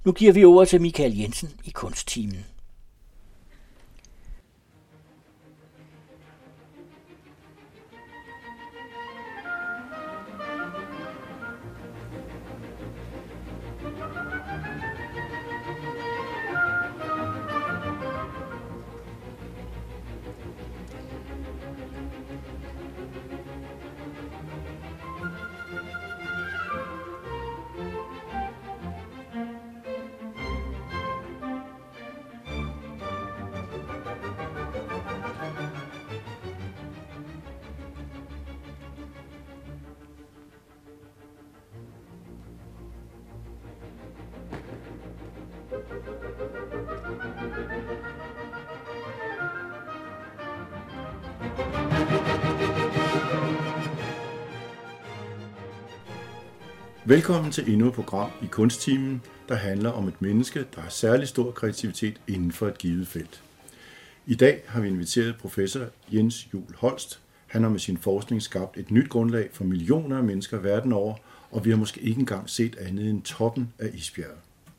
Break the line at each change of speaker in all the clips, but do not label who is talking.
Nu giver vi ordet til Michael Jensen i Kunsttimen.
Velkommen til endnu et program i Kunsttimen, der handler om et menneske, der har særlig stor kreativitet inden for et givet felt. I dag har vi inviteret professor Jens Juul Holst. Han har med sin forskning skabt et nyt grundlag for millioner af mennesker verden over, og vi har måske ikke engang set andet end toppen af isbjerget.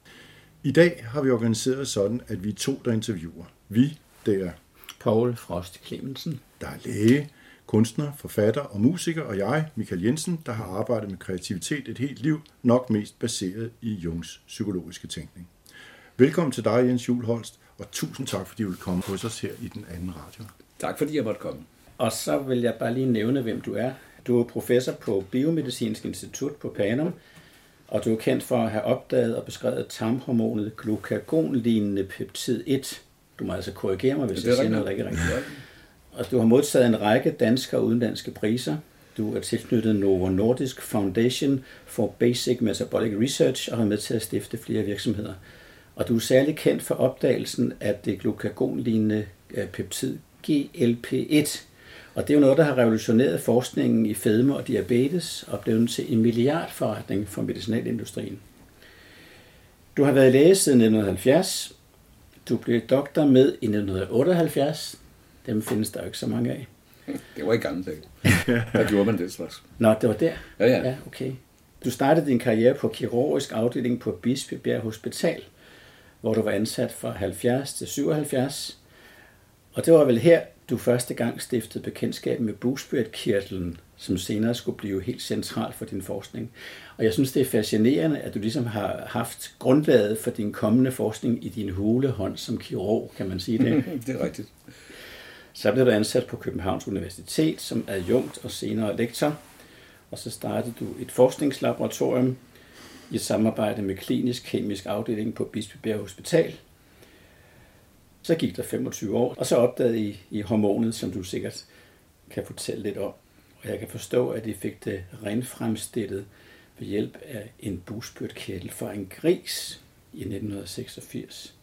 I dag har vi organiseret sådan, at vi er to, der interviewer. Vi, det er
Poul Frost Clemensen,
der er læge, kunstner, forfatter og musiker, og jeg, Michael Jensen, der har arbejdet med kreativitet et helt liv, nok mest baseret i Jungs psykologiske tænkning. Velkommen til dig, Jens Juul Holst, og tusind tak, fordi du vil komme hos os her i den anden radio.
Tak fordi jeg måtte komme.
Og så vil jeg bare lige nævne, hvem du er. Du er professor på Biomedicinsk Institut på Panum, og du er kendt for at have opdaget og beskrevet tarmhormonet glukagon-lignende peptid 1. Du må altså korrigere mig, hvis jeg siger noget ikke rigtigt. Og du har modtaget en række danske og udenlandske priser. Du er tilknyttet Novo Nordisk Foundation for Basic Metabolic Research og har med til at stifte flere virksomheder. Og du er særlig kendt for opdagelsen af det glukagon-lignende peptid GLP-1. Og det er jo noget, der har revolutioneret forskningen i fedme og diabetes og blevet til en milliardforretning for medicinalindustrien. Du har været læge siden 1970. Du blev doktor med i 1978. Dem findes der jo ikke så mange af.
Det var i gamle dage. Der gjorde man det slags.
Nå, det var der?
Ja,
okay. Du startede din karriere på kirurgisk afdeling på Bispebjerg Hospital, hvor du var ansat fra 70 til 77. Og det var vel her, du første gang stiftede bekendtskab med bugspytkirtlen, som senere skulle blive helt central for din forskning. Og jeg synes, det er fascinerende, at du ligesom har haft grundlaget for din kommende forskning i din hule hånd som kirurg, kan man sige det?
Det er rigtigt.
Så blev du ansat på Københavns Universitet som adjunkt og senere lektor, og så startede du et forskningslaboratorium i samarbejde med klinisk kemisk afdeling på Bispebjerg Hospital. Så gik der 25 år, og så opdagede I hormonet, som du sikkert kan fortælle lidt om. Og jeg kan forstå, at I fik det renfremstillet ved hjælp af en bugspytkirtel fra en gris i 1986.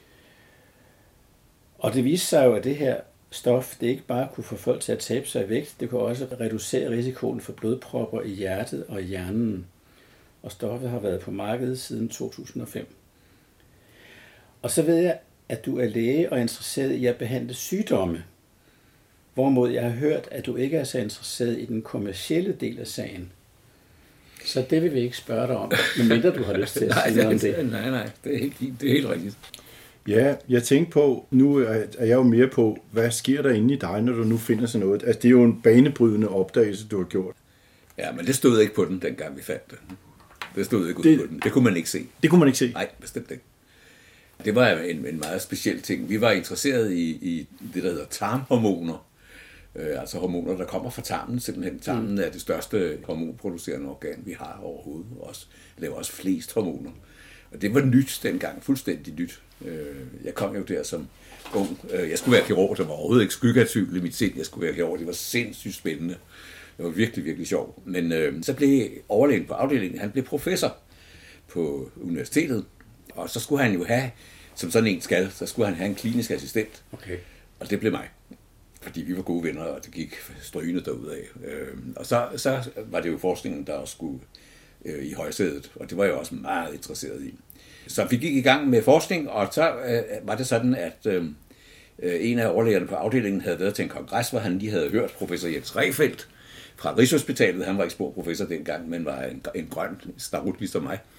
Og det viste sig jo, at det her stof, det ikke bare kunne få folk til at tabe sig i vægt, det kunne også reducere risikoen for blodpropper i hjertet og i hjernen. Og stoffet har været på markedet siden 2005. Og så ved jeg, at du er læge og interesseret i at behandle sygdomme, hvorimod jeg har hørt, at du ikke er så interesseret i den kommercielle del af sagen. Så det vil vi ikke spørge dig om, medmindre du har lyst til at sige noget om det.
Nej, det er helt fint. Det er helt rigtigt.
Ja, jeg tænkte på, nu er jeg jo mere på, hvad sker der inde i dig, når du nu finder sådan noget? Altså, det er jo en banebrydende opdagelse, du har gjort.
Ja, men det stod ikke på den, dengang vi fandt det. Det stod ikke ud på den. Det kunne man ikke se.
Det kunne man ikke se?
Nej, bestemt ikke. Det var en meget speciel ting. Vi var interesseret i det, der hedder tarmhormoner. Altså hormoner, der kommer fra tarmen. Simpelthen tarmen er det største hormonproducerende organ, vi har overhovedet. Også laver også flest hormoner. Og det var nyt dengang, fuldstændig nyt. Jeg kom jo der som ung. Jeg skulle være kirurg, der var overhovedet ikke skygge af tvivl i mit sind. Jeg skulle være kirurg, det var sindssygt spændende. Det var virkelig, virkelig sjovt. Men så blev overlægen på afdelingen, han blev professor på universitetet. Og så skulle han jo have, som sådan en skal, så skulle han have en klinisk assistent.
Okay.
Og det blev mig. Fordi vi var gode venner, og det gik strygende derudad. Og så var det jo forskningen, der skulle i højsædet, og det var jeg også meget interesseret i. Så vi gik i gang med forskning, og så var det sådan, at en af overlægerne på afdelingen havde været til en kongres, hvor han lige havde hørt professor Jens Rehfeldt fra Rigshospitalet. Han var ikke spor professor dengang, men var en grøn starut ligesom mig.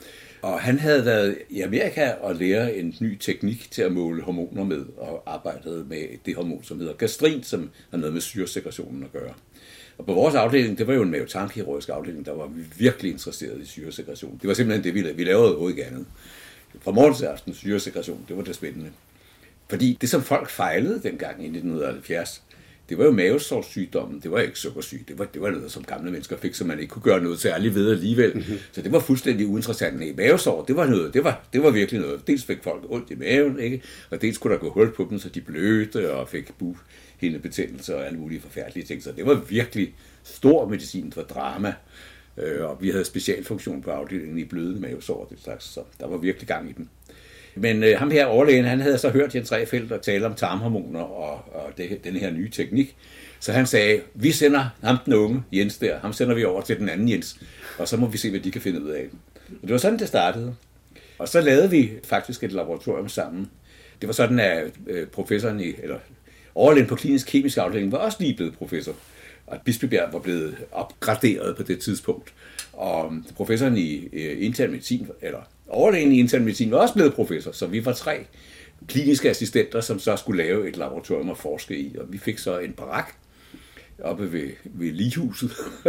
Og han havde været i Amerika og lære en ny teknik til at måle hormoner med, og arbejdede med det hormon, som hedder gastrin, som har noget med syresekretionen at gøre. Og på vores afdeling, det var jo en mavetarmkirurgisk afdeling, der var virkelig interesseret i syresekretion. Det var simpelthen det, vi lavede overhovedet ikke andet. Fra morgen til aften, syresekretion, det var det spændende. Fordi det, som folk fejlede dengang i 1970, det var jo mavesårssygdommen, det var ikke sukkersyg, det var noget, som gamle mennesker fik, som man ikke kunne gøre noget særligt ved alligevel. Mm-hmm. Så det var fuldstændig uinteressant. Nej, mavesår, det var virkelig noget. Dels fik folk ondt i maven, ikke? Og dels kunne der gå hul på dem, så de blødte og fik bughindebetændelse og alle mulige forfærdelige ting. Så det var virkelig stor medicin for drama. Og vi havde specialfunktion på afdelingen i blødende mavesår, det slags, så der var virkelig gang i den. Men ham her overlægen, han havde så hørt Jens Rehfeldt tale om tarmhormoner og den her nye teknik. Så han sagde, vi sender ham den unge Jens der, ham sender vi over til den anden Jens, og så må vi se, hvad de kan finde ud af. Og det var sådan, det startede. Og så lavede vi faktisk et laboratorium sammen. Det var sådan, at professoren overlægen på klinisk kemisk afdeling var også lige blevet professor. Og Bispebjerg var blevet opgraderet på det tidspunkt. Og professoren i intern medicin, eller overlægen i intern medicin, var også blevet professor. Så vi var 3 kliniske assistenter, som så skulle lave et laboratorium og forske i. Og vi fik så en barak oppe ved lighuset.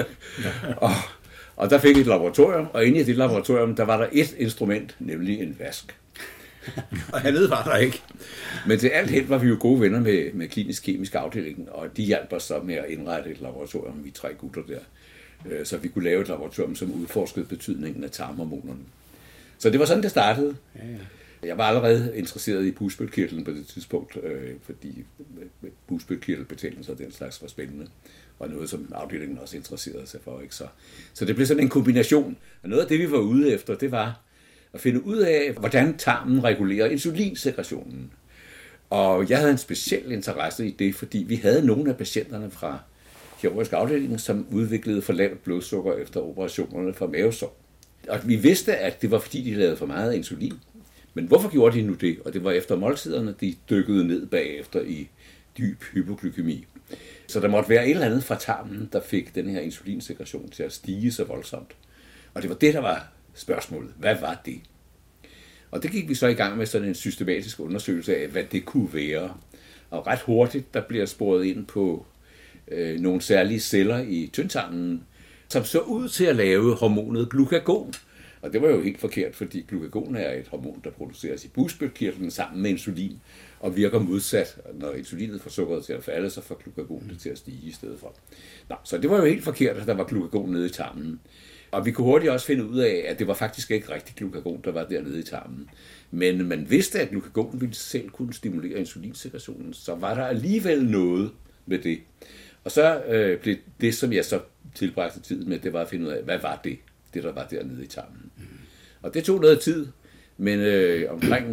og der fik et laboratorium, og inde i det laboratorium, der var der et instrument, nemlig en vask. Og andet var der ikke. Men til alt held var vi jo gode venner med klinisk kemisk afdelingen, og de hjalp os så med at indrette et laboratorium, vi 3 gutter der. Så vi kunne lave et laboratorium, som udforskede betydningen af tarmhormonerne. Så det var sådan, det startede. Ja. Jeg var allerede interesseret i bugspytkirtlen på det tidspunkt, fordi bugspytkirtelbetændelse og den slags var spændende, og noget, som afdelingen også interesserede sig for. Ikke? Så det blev sådan en kombination. Og noget af det, vi var ude efter, det var at finde ud af, hvordan tarmen regulerer insulinsekretionen. Og jeg havde en speciel interesse i det, fordi vi havde nogle af patienterne fra kirurgisk afdeling, som udviklede for lavt blodsukker efter operationerne for mavesår. Og vi vidste, at det var fordi, de lavede for meget insulin. Men hvorfor gjorde de nu det? Og det var efter måltiderne, de dykkede ned bagefter i dyb hypoglykemi. Så der måtte være et eller andet fra tarmen, der fik den her insulinsekretion til at stige så voldsomt. Og det var det, der var spørgsmålet. Hvad var det? Og det gik vi så i gang med sådan en systematisk undersøgelse af, hvad det kunne være. Og ret hurtigt, der bliver sporet ind på nogle særlige celler i tyndtarmen, som så ud til at lave hormonet glukagon. Og det var jo helt forkert, fordi glukagon er et hormon, der produceres i bugspytkirtlen sammen med insulin, og virker modsat. Når insulinet får sukkeret til at falde, så får glukagon det til at stige i stedet for. Nå, så det var jo helt forkert, at der var glukagon nede i tarmen. Og vi kunne hurtigt også finde ud af, at det var faktisk ikke rigtig glukagon, der var dernede i tarmen. Men man vidste, at glukagon ville selv kunne stimulere insulinsekretionen, så var der alligevel noget med det. Og så blev det, som jeg så tilbragte tiden med, det var at finde ud af, hvad var det der var dernede i tarmen. Og det tog noget tid, men omkring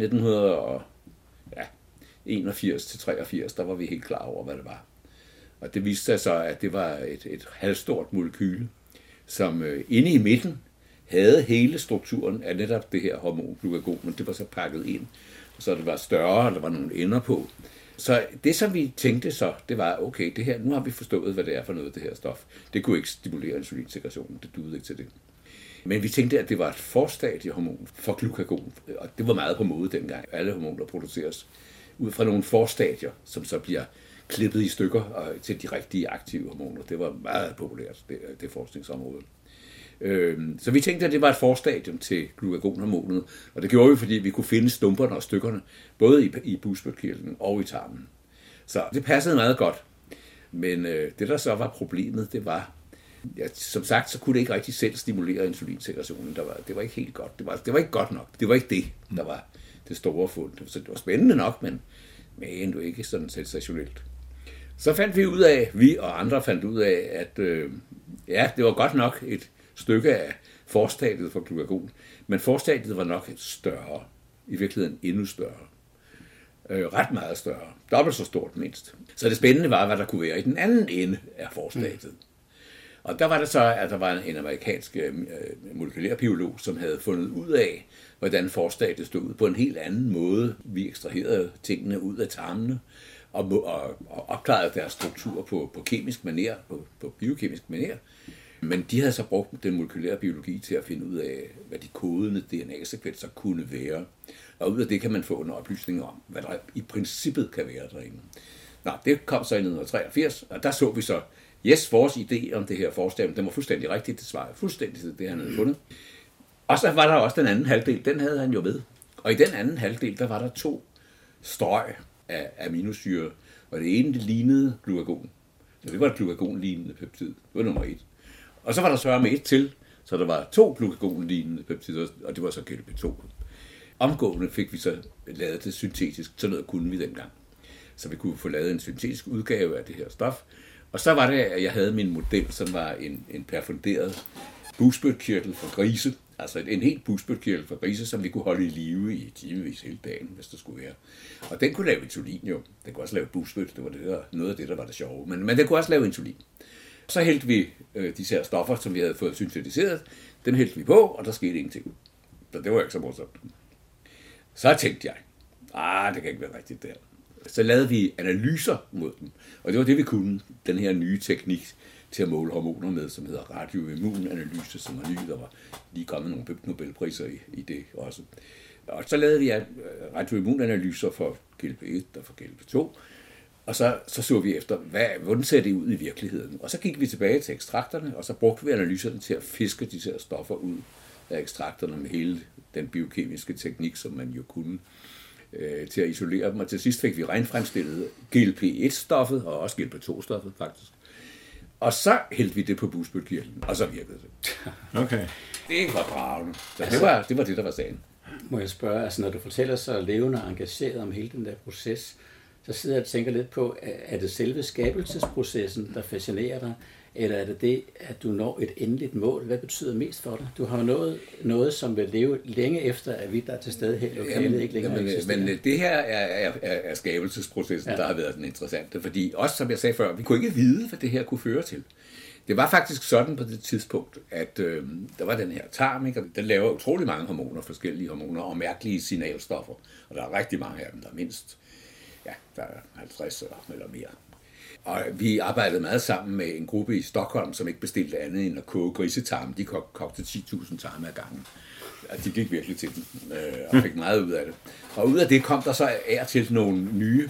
1981 til 83, der var vi helt klar over, hvad det var. Og det viste sig så, at det var et halvstort molekyle, som inde i midten havde hele strukturen af netop det her hormon glukagon, men det var så pakket ind, og så det var større, og der var nogle ender på. Så det, som vi tænkte så, det var, okay, det her, nu har vi forstået, hvad det er for noget, det her stof. Det kunne ikke stimulere insulinsekretionen, det duede ikke til det. Men vi tænkte, at det var et forstadiehormon for glukagon, og det var meget på mode dengang. Alle hormoner produceres ud fra nogle forstadier, som så bliver klippet i stykker til de rigtige aktive hormoner. Det var meget populært, det forskningsområde. Så vi tænkte, at det var et forstadium til glukagonhormonet, og det gjorde vi, fordi vi kunne finde stumperne og stykkerne, både i bugspytkirtlen og i tarmen. Så det passede meget godt. Men det, der så var problemet, det var, ja, som sagt, så kunne det ikke rigtig selv stimulere insulinsekretionen. Det var ikke helt godt. Det var ikke godt nok. Det var ikke det, der var det store fund. Så det var spændende nok, men det var ikke sådan sensationelt. Så fandt vi ud af, vi og andre fandt ud af, at det var godt nok et stykke af forstadiet for glukagon, men forstadiet var nok større, i virkeligheden endnu større. Ret meget større. Dobbelt så stort mindst. Så det spændende var, hvad der kunne være i den anden ende af forstadiet. Og der var det så, at der var en amerikansk molekylærbiolog, som havde fundet ud af, hvordan forstadiet stod ud på en helt anden måde. Vi ekstraherede tingene ud af tarmene og opklarede deres struktur på kemisk manér, på biokemisk manér. Men de havde så brugt den molekylære biologi til at finde ud af, hvad de kodende DNA-sekvenser kunne være. Og ud af det kan man få en oplysning om, hvad der i princippet kan være derinde. Nå, det kom så i 1983, og der så vi så, vores idé om det her forslag, den var fuldstændig rigtigt, det svarede fuldstændig til det, han havde fundet. Og så var der også den anden halvdel, den havde han jo med. Og i den anden halvdel, der var der 2 strøg af aminosyre, og det ene det lignede glukagon. Så det var et glukagon-lignende peptid. Det var nummer 1. Og så var der så med 1 til, så der var 2 glukagon-lignende peptider, og det var så GLP2. Omgående fik vi så lavet det syntetisk, så noget kunne vi dengang. Så vi kunne få lavet en syntetisk udgave af det her stof. Og så var det, at jeg havde min model, som var en perfunderet bugspytkirtel for grise. Altså en helt bugspytkirtel for grise, som vi kunne holde i live i timevis hele dagen, hvis det skulle være. Og den kunne lave insulin jo. Den kunne også lave bugspyt, det var noget af det, der var det sjove. Men den kunne også lave insulin. Så hældte vi disse her stoffer, som vi havde fået syntetiseret, dem hældte vi på, og der skete ingenting. Så det var ikke så morsomt. Så tænkte jeg, det kan ikke være rigtigt der. Så lavede vi analyser mod dem, og det var det, vi kunne, den her nye teknik til at måle hormoner med, som hedder radioimmunanalyse, som var ny, der var lige kommet nogle Nobelpriser i det også. Og så lavede vi radioimmunanalyser for GLP1 og for GLP2, og så vi efter, hvordan ser det ud i virkeligheden. Og så gik vi tilbage til ekstrakterne, og så brugte vi analyserne til at fiske disse her stoffer ud af ekstrakterne med hele den biokemiske teknik, som man jo kunne, til at isolere dem. Og til sidst fik vi renfremstillet GLP1-stoffet, og også GLP2-stoffet faktisk. Og så hældte vi det på bugspytkirtlen, og så virkede det.
Okay.
Det var bragende. Så det var det, der var sagen.
Må jeg spørge, altså når du fortæller så levende og engageret om hele den der proces, så sidder jeg og tænker lidt på, er det selve skabelsesprocessen, der fascinerer dig, eller er det, at du når et endeligt mål? Hvad betyder mest for dig? Du har jo nået noget, som vil leve længe efter, at vi der er til stede her i lokalet ikke længere eksisterer.
Men det her er skabelsesprocessen, der har været den interessante, fordi også, som jeg sagde før, vi kunne ikke vide, hvad det her kunne føre til. Det var faktisk sådan på det tidspunkt, at der var den her tarm, ikke? Og den laver utrolig mange hormoner, forskellige hormoner og mærkelige signalstoffer, og der er rigtig mange af dem, der er mindst, der er 50 eller mere. Og vi arbejdede meget sammen med en gruppe i Stockholm, som ikke bestilte andet end at koge grisetarme. De kogte 10.000 tarme ad gangen. Og de gik virkelig til den, og fik meget ud af det. Og ud af det kom der så til nogle nye,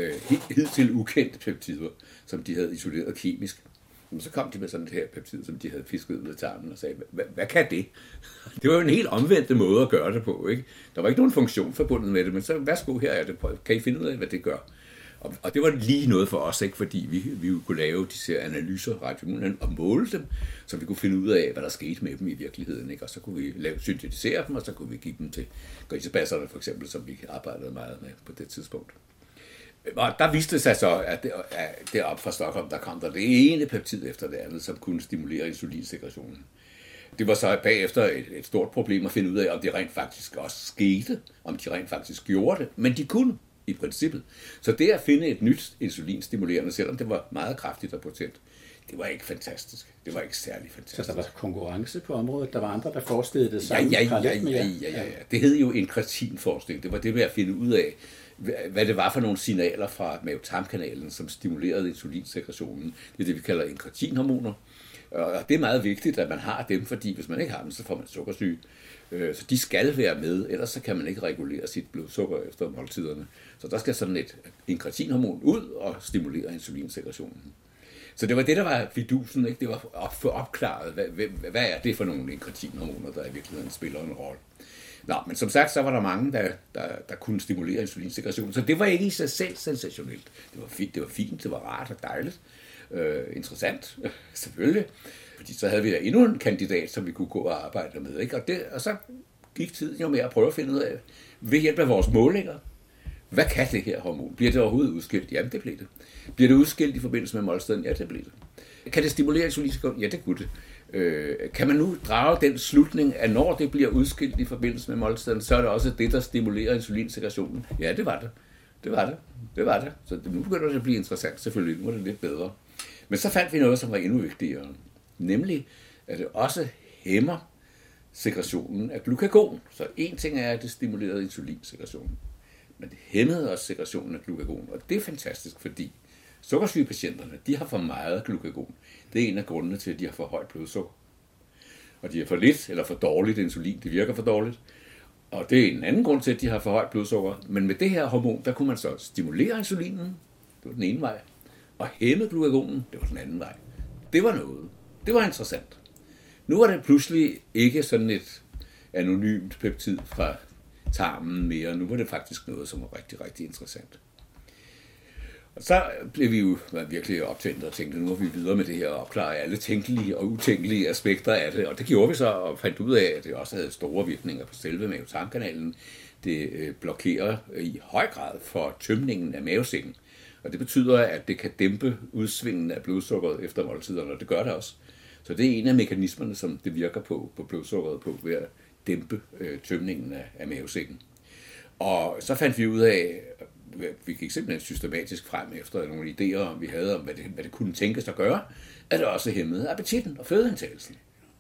hidtil ukendte peptider, som de havde isoleret kemisk. Men så kom de med sådan et her peptid, som de havde fisket ud af tarmen og sagde, hvad kan det? Det var jo en helt omvendte måde at gøre det på, ikke? Der var ikke nogen funktion forbundet med det, men så værsgo, her er det. Kan I finde ud af, hvad det gør? Og det var lige noget for os, ikke? Fordi vi kunne lave disse analyser og måle dem, så vi kunne finde ud af, hvad der skete med dem i virkeligheden, ikke? Og så kunne vi syntetisere dem, og så kunne vi give dem til grisebasserne for eksempel, som vi arbejdede meget med på det tidspunkt. Og der viste sig så, at deroppe fra Stockholm, der kom der det ene peptid efter det andet, som kunne stimulere insulinsekretionen. Det var så bagefter et stort problem at finde ud af, om det rent faktisk også skete, om de rent faktisk gjorde det, men de kunne i princippet. Så det at finde et nyt insulinstimulerende, selvom det var meget kraftigt og potent, det var ikke fantastisk. Det var ikke særlig fantastisk.
Så der var konkurrence på området? Der var andre, der forestillede det samme?
Ja. Det hed jo inkretinforskning. Det var det med at finde ud af, hvad det var for nogle signaler fra mave-tarmkanalen, som stimulerede insulinsekretionen. Det er det, vi kalder inkretinhormoner. Og det er meget vigtigt, at man har dem, fordi hvis man ikke har dem, så får man sukkersyge. Så de skal være med, ellers så kan man ikke regulere sit blodsukker efter måltiderne. Så der skal sådan et inkretinhormon ud og stimulere insulinsekretionen. Så det var det, der var fidusen, ikke? Det var at få opklaret, hvad er det for nogle inkretinhormoner, der i virkeligheden spiller en rolle. Nå, men som sagt, så var der mange, der kunne stimulere insulinsekretionen, så det var ikke i sig selv sensationelt. Det var fint, det var rart og dejligt. Interessant, selvfølgelig. Fordi så havde vi da endnu en kandidat, som vi kunne gå og arbejde med. Ikke? Og så gik tiden jo med at prøve at finde ud af, ved hjælp af vores målinger, hvad kan det her hormon? Bliver det overhovedet udskilt? Jamen, det blev det. Bliver det udskilt i forbindelse med måltiden? Ja, det blev det. Kan det stimulere insulinsekretionen? Ja, det kunne det. Kan man nu drage den slutning, at når det bliver udskilt i forbindelse med måltiden, så er det også det, der stimulerer insulinsekretionen? Ja, det var det. Det var det. Så nu begynder det at blive interessant, selvfølgelig. Nu er det lidt bedre. Men så fandt vi noget, som var endnu vigtigere. Nemlig, at det også hæmmer sekretionen af glukagon. Så en ting er, at det stimulerede insulinsekretionen. Men det hæmmede også sekretionen af glukagon. Og det er fantastisk, fordi Sukkersygepatienterne, de har for meget glukagon. Det er en af grundene til, at de har for højt blodsukker. Og de har for lidt eller for dårligt insulin. Det virker for dårligt. Og det er en anden grund til, at de har for højt blodsukker. Men med det her hormon, der kunne man så stimulere insulinen. Det var den ene vej. Og hæmme glukagonen, det var den anden vej. Det var noget. Det var interessant. Nu var det pludselig ikke sådan et anonymt peptid fra tarmen mere. Nu var det faktisk noget, som var rigtig, rigtig interessant. Og så blev vi jo virkelig optændt og tænkte, nu er vi videre med det her og opklare alle tænkelige og utænkelige aspekter af det. Og det gjorde vi så og fandt ud af, at det også havde store virkninger på selve mave-tarmkanalen. Det blokerer i høj grad for tømningen af mavesækken. Og det betyder, at det kan dæmpe udsvingen af blodsukkeret efter måltiderne, og det gør det også. Så det er en af mekanismerne, som det virker på blodsukkeret på ved at dæmpe tømningen af mavesækken. Og så fandt vi ud af, vi gik simpelthen systematisk frem efter nogle idéer, vi havde om, hvad det kunne tænkes at gøre, at det også hæmmede appetitten og fødeindtagelsen.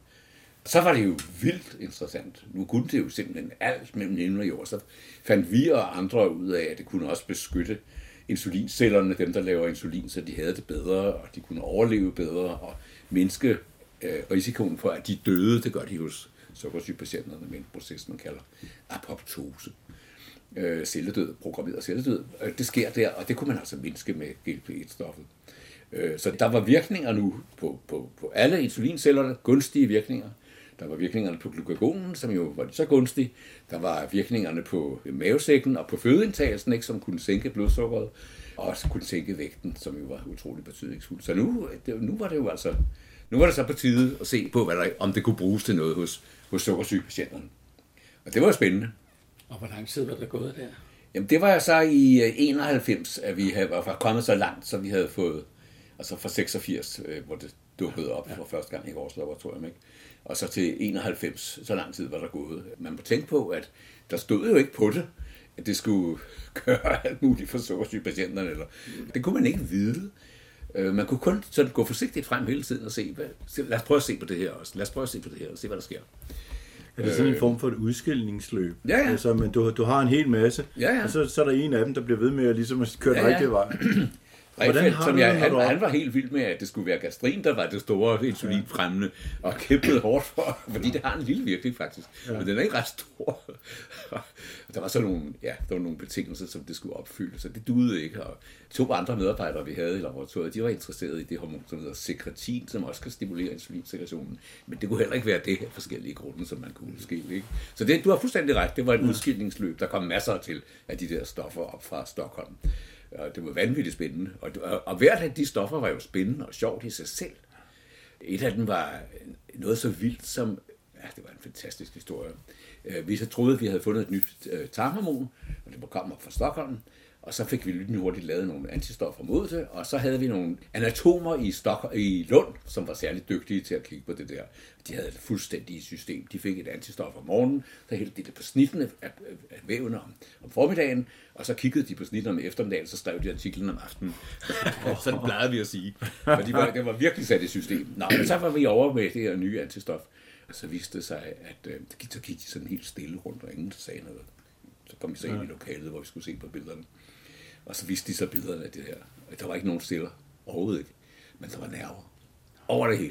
Så var det jo vildt interessant. Nu kunne det jo simpelthen alt mellem himmel og jord. Så fandt vi og andre ud af, at det kunne også beskytte insulincellerne, dem der laver insulin, så de havde det bedre, og de kunne overleve bedre, og mindske risikoen for, at de døde. Det gør de hos sukkersygepatienterne med en proces, man kalder apoptose. Celledød, programmeret celledød. Det sker der, og det kunne man altså mindske med GLP-1-stoffet. Så der var virkninger nu på alle insulincellerne, gunstige virkninger. Der var virkningerne på glukagonen, som jo var så gunstige. Der var virkningerne på mavesækken og på fødeindtagelsen, ikke, som kunne sænke blodsukkeret, og også kunne sænke vægten, som jo var utrolig betydningsfuldt. Så nu var det jo altså, nu var det så på tide at se på, om det kunne bruges til noget hos sukkersygepatienterne. Og det var jo spændende.
Og hvor lang tid var der gået der?
Jamen det var jo så i 91, at vi var kommet så langt, så vi havde fået, altså fra 86, hvor det dukkede op for første gang i vores laboratorium, ikke? Og så til 91, så lang tid var der gået. Man må tænke på, at der stod jo ikke på det, at det skulle gøre alt muligt for sukkersygepatienterne. Eller det kunne man ikke vide. Man kunne kun sådan gå forsigtigt frem hele tiden og se, lad os prøve at se på det her også. Lad os prøve at se på det her og se, hvad der sker.
Er det sådan en form for et udskillingsløb?
Ja, ja.
Altså, men du har en hel masse,
ja, ja.
Og så er der en af dem, der bliver ved med at ligesom køre den rigtige vej.
Han var helt vild med, at det skulle være gastrin, der var det store insulinfremmende, og kæmpede hårdt for, fordi det har en lille virkning faktisk, men den er ikke ret stor. Der var så nogle betingelser, som det skulle opfylde, så det duede ikke. Og 2 andre medarbejdere, vi havde i laboratoriet, de var interesserede i det hormon, som hedder sekretin, som også kan stimulere insulinsekretionen, men det kunne heller ikke være det her forskellige grunde, som man kunne udskille. Ikke? Så du har fuldstændig ret, det var et udskillingsløb, der kom masser til af de der stoffer op fra Stockholm. Og det var vanvittigt spændende. Og hvert af de stoffer var jo spændende og sjovt i sig selv. Et af dem var noget så vildt som... Ja, det var en fantastisk historie. Vi så troede, at vi havde fundet et nyt tarmhormon, og det kom op fra Stockholm. Og så fik vi lynhurtigt lavet nogle antistoffer mod det, og så havde vi nogle anatomer i Lund, som var særligt dygtige til at kigge på det der. De havde et fuldstændigt system. De fik et antistof om morgenen, så hældte de det på snittene af vævene om formiddagen, og så kiggede de på snittene om eftermiddagen, så skrev de artiklen om aftenen. Sådan plejede vi at sige. Og det var virkelig sat i system. Nå, men så var vi over med det her nye antistof, og så viste det sig, at så gik de sådan helt stille rundt, og ingen sagde noget. Så kom vi så ind i lokalet, hvor vi skulle se på billederne. Og så viste de så billederne af det her. Der var ikke nogen celler, overhovedet ikke. Men der var nerver over det hele.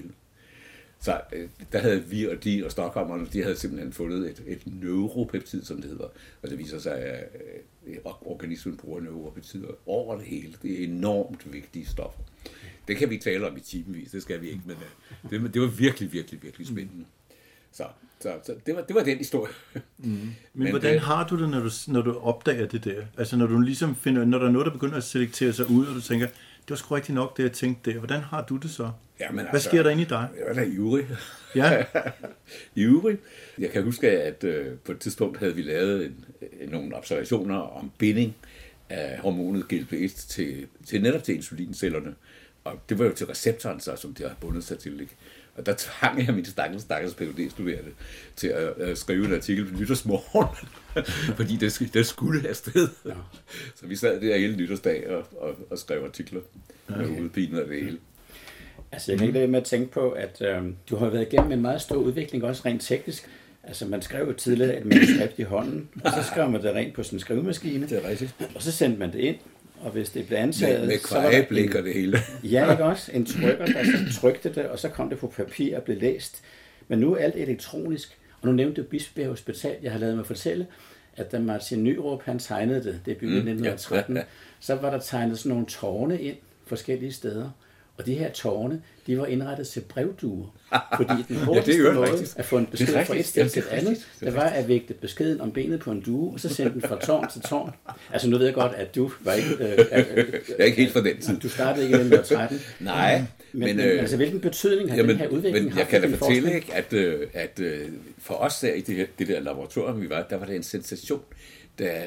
Så der havde vi og de og Stockholmerne, de havde simpelthen fundet et neuropeptid, som det hedder. Og det viser sig, at organismen bruger neuropeptider over det hele. Det er enormt vigtige stoffer. Det kan vi tale om i timevis, det skal vi ikke, men det var virkelig, virkelig, virkelig spændende. Så det var den historie.
Men hvordan har du det, når du opdager det der? Altså når du ligesom finder, når der er noget, der begynder at selektere sig ud, og du tænker, det var sgu rigtig nok det, jeg tænkte der. Hvordan har du det så?
Jamen,
hvad sker der inde i dig?
Jeg var da ivrig.
Ja.
Ivrig. Jeg kan huske, at på et tidspunkt havde vi lavet nogle observationer om binding af hormonet GLP-1 til netop til insulincellerne. Og det var jo til receptoren, så, som det har bundet sig til, ikke? Og der tvang jeg min stakkels PhD-studerende til at skrive en artikel på nytårsmorgen, fordi det skulle afsted. Ja. Så vi sad der hele nytårsdag og skrev artikler med hovedpine af det hele.
Altså jeg kan ikke lade med at tænke på, at du har været igennem en meget stor udvikling, også rent teknisk. Altså man skrev jo tidligere et manuskript i hånden, og så skrev man det rent på sådan en skrivemaskine.
Det er rigtigt.
Og så sendte man det ind, og hvis det blev antaget...
Med kvareblik og det hele.
Ja, ikke også? En trykker, der så trykte det, og så kom det på papir og blev læst. Men nu er alt elektronisk, og nu nævnte du Bispebjerg Hospital. Jeg har lavet mig fortælle, at da Martin Nyrop, han tegnede det er bygget i 1913, så var der tegnet sådan nogle tårne ind forskellige steder. Og de her tårne, de var indrettet til brevduer. Fordi den hurtigste måde at få en besked fra et sted til et andet, det var at vægte beskeden om benet på en due, og så sendte den fra tårn til tårn. Altså nu ved jeg godt, at du var ikke...
jeg er ikke helt for den tid.
Du startede ikke i 1913.
Nej.
Men altså hvilken betydning har den her udvikling haft?
Jeg kan da fortælle, ikke, at for os der i det der laboratorium, vi var, der var det en sensation, da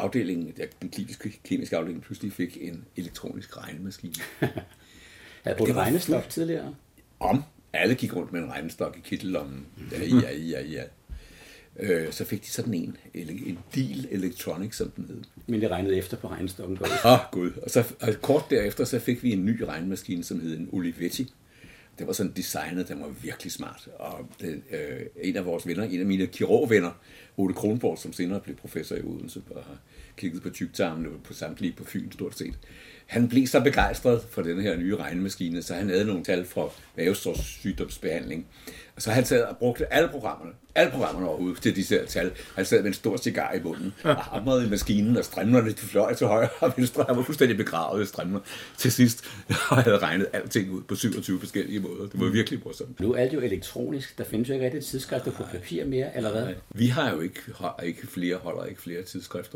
den kemiske afdeling pludselig fik en elektronisk regnemaskine.
Havde du brugt regnestok tidligere?
Alle gik rundt med en regnestok i kittelommen. Ja. Så fik de sådan en Deal Electronics, som den hed.
Men det regnede efter på regnestokken.
Gud. Og kort derefter, så fik vi en ny regnemaskine, som hed en Olivetti. Det var sådan designet, den var virkelig smart. Og en af vores venner, en af mine kirurgvenner, Ole Kronborg, som senere blev professor i Odense og har kigget på tyktarmene på samtlige på Fyn stort set. Han blev så begejstret for den her nye regnemaskine, så han havde nogle tal fra mavesygdomsbehandling. Og så han sad og brugte alle programmerne overhovedet til disse her tal. Han sad med en stor cigar i munden og hamrede i maskinen, og strimlerne de fløj til højre og venstre. Han var fuldstændig begravet i strimler til sidst, og havde regnet alting ud på 27 forskellige måder. Det var virkelig morsomt.
Nu er det jo elektronisk. Der findes jo ikke rigtig tidsskrifter på papir mere, eller hvad?
Vi har jo ikke flere tidsskrifter.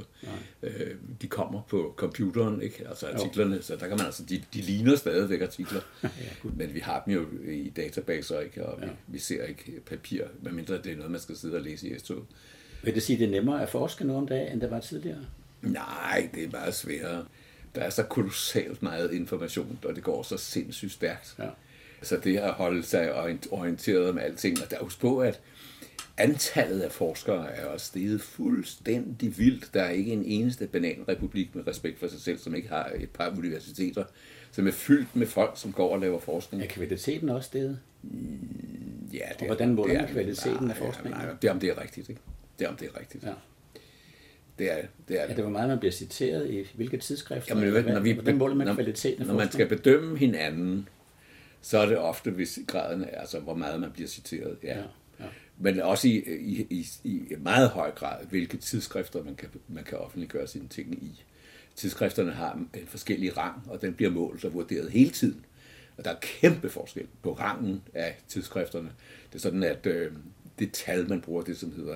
De kommer på computeren, ikke? Altså artiklerne, så der kan man altså, de ligner stadigvæk artikler, men vi har dem jo i databaser, ikke? Og vi ser ikke papir, medmindre det er noget, man skal sidde og læse i S2.
Vil det sige, det er nemmere at forske nu om dagen, end det var tidligere?
Nej, det er meget sværere. Der er så kolossalt meget information, og det går så sindssygt stærkt. Ja. Så det at holde sig orienteret om alting, og der er husk på, at antallet af forskere er også steget fuldstændig vildt. Der er ikke en eneste bananrepublik med respekt for sig selv, som ikke har et par universiteter, som er fyldt med folk, som går og laver forskning.
Er kvaliteten også steget?
Ja, det
og hvordan måler man kvaliteten af forskningen?
Nej, det er om det er rigtigt, ikke? Det er om det er rigtigt. Ja. Det er
det. Hvor meget man bliver citeret i hvilke tidsskrifter?
Jamen,
hvordan måler man kvaliteten af forskning?
Når man skal bedømme hinanden, så er det ofte, hvis graden er, altså hvor meget man bliver citeret. Ja. Men også i meget høj grad, hvilke tidsskrifter man kan offentliggøre sine ting i. Tidsskrifterne har en forskellig rang, og den bliver målt og vurderet hele tiden. Og der er kæmpe forskel på rangen af tidsskrifterne. Det er sådan, at det tal, man bruger, det som hedder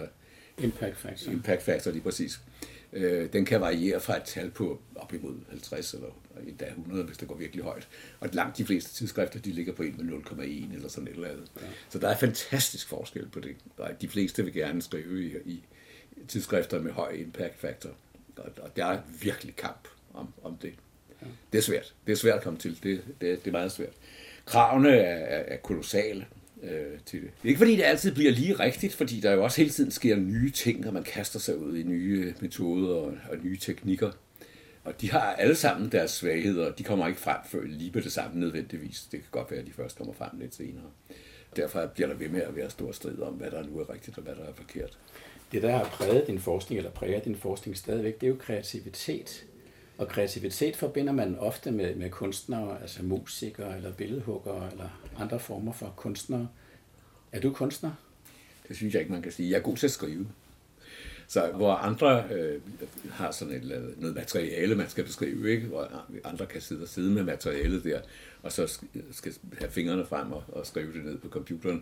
Impact Factor, lige præcis. Den kan variere fra et tal på op imod 50 eller endda 100, hvis det går virkelig højt. Og langt de fleste tidsskrifter, de ligger på 1 med 0,1 eller sådan et eller andet. Ja. Så der er fantastisk forskel på det. Og de fleste vil gerne skrive i tidsskrifter med høj Impact Factor. Og der er virkelig kamp om det. Ja. Det er svært. Det er svært at komme til. Det er meget svært. Kravene er kolossale til det. Ikke fordi det altid bliver lige rigtigt, fordi der jo også hele tiden sker nye ting, og man kaster sig ud i nye metoder og nye teknikker. Og de har alle sammen deres svagheder, de kommer ikke frem før lige på det samme nødvendigvis. Det kan godt være, at de først kommer frem lidt senere. Derfor bliver der ved med at være stor strid om, hvad der nu er rigtigt og hvad der er forkert.
Det, der har præget din forskning, eller præger din forskning stadigvæk, det er jo kreativitet. Og kreativitet forbinder man ofte med kunstnere, altså musikere eller billedhuggere eller andre former for kunstnere. Er du kunstner?
Det synes jeg ikke, man kan sige. Jeg er god til at skrive. Så hvor andre har sådan noget materiale, man skal beskrive, ikke? Hvor andre kan sidde med materialet der, og så skal have fingrene frem og skrive det ned på computeren,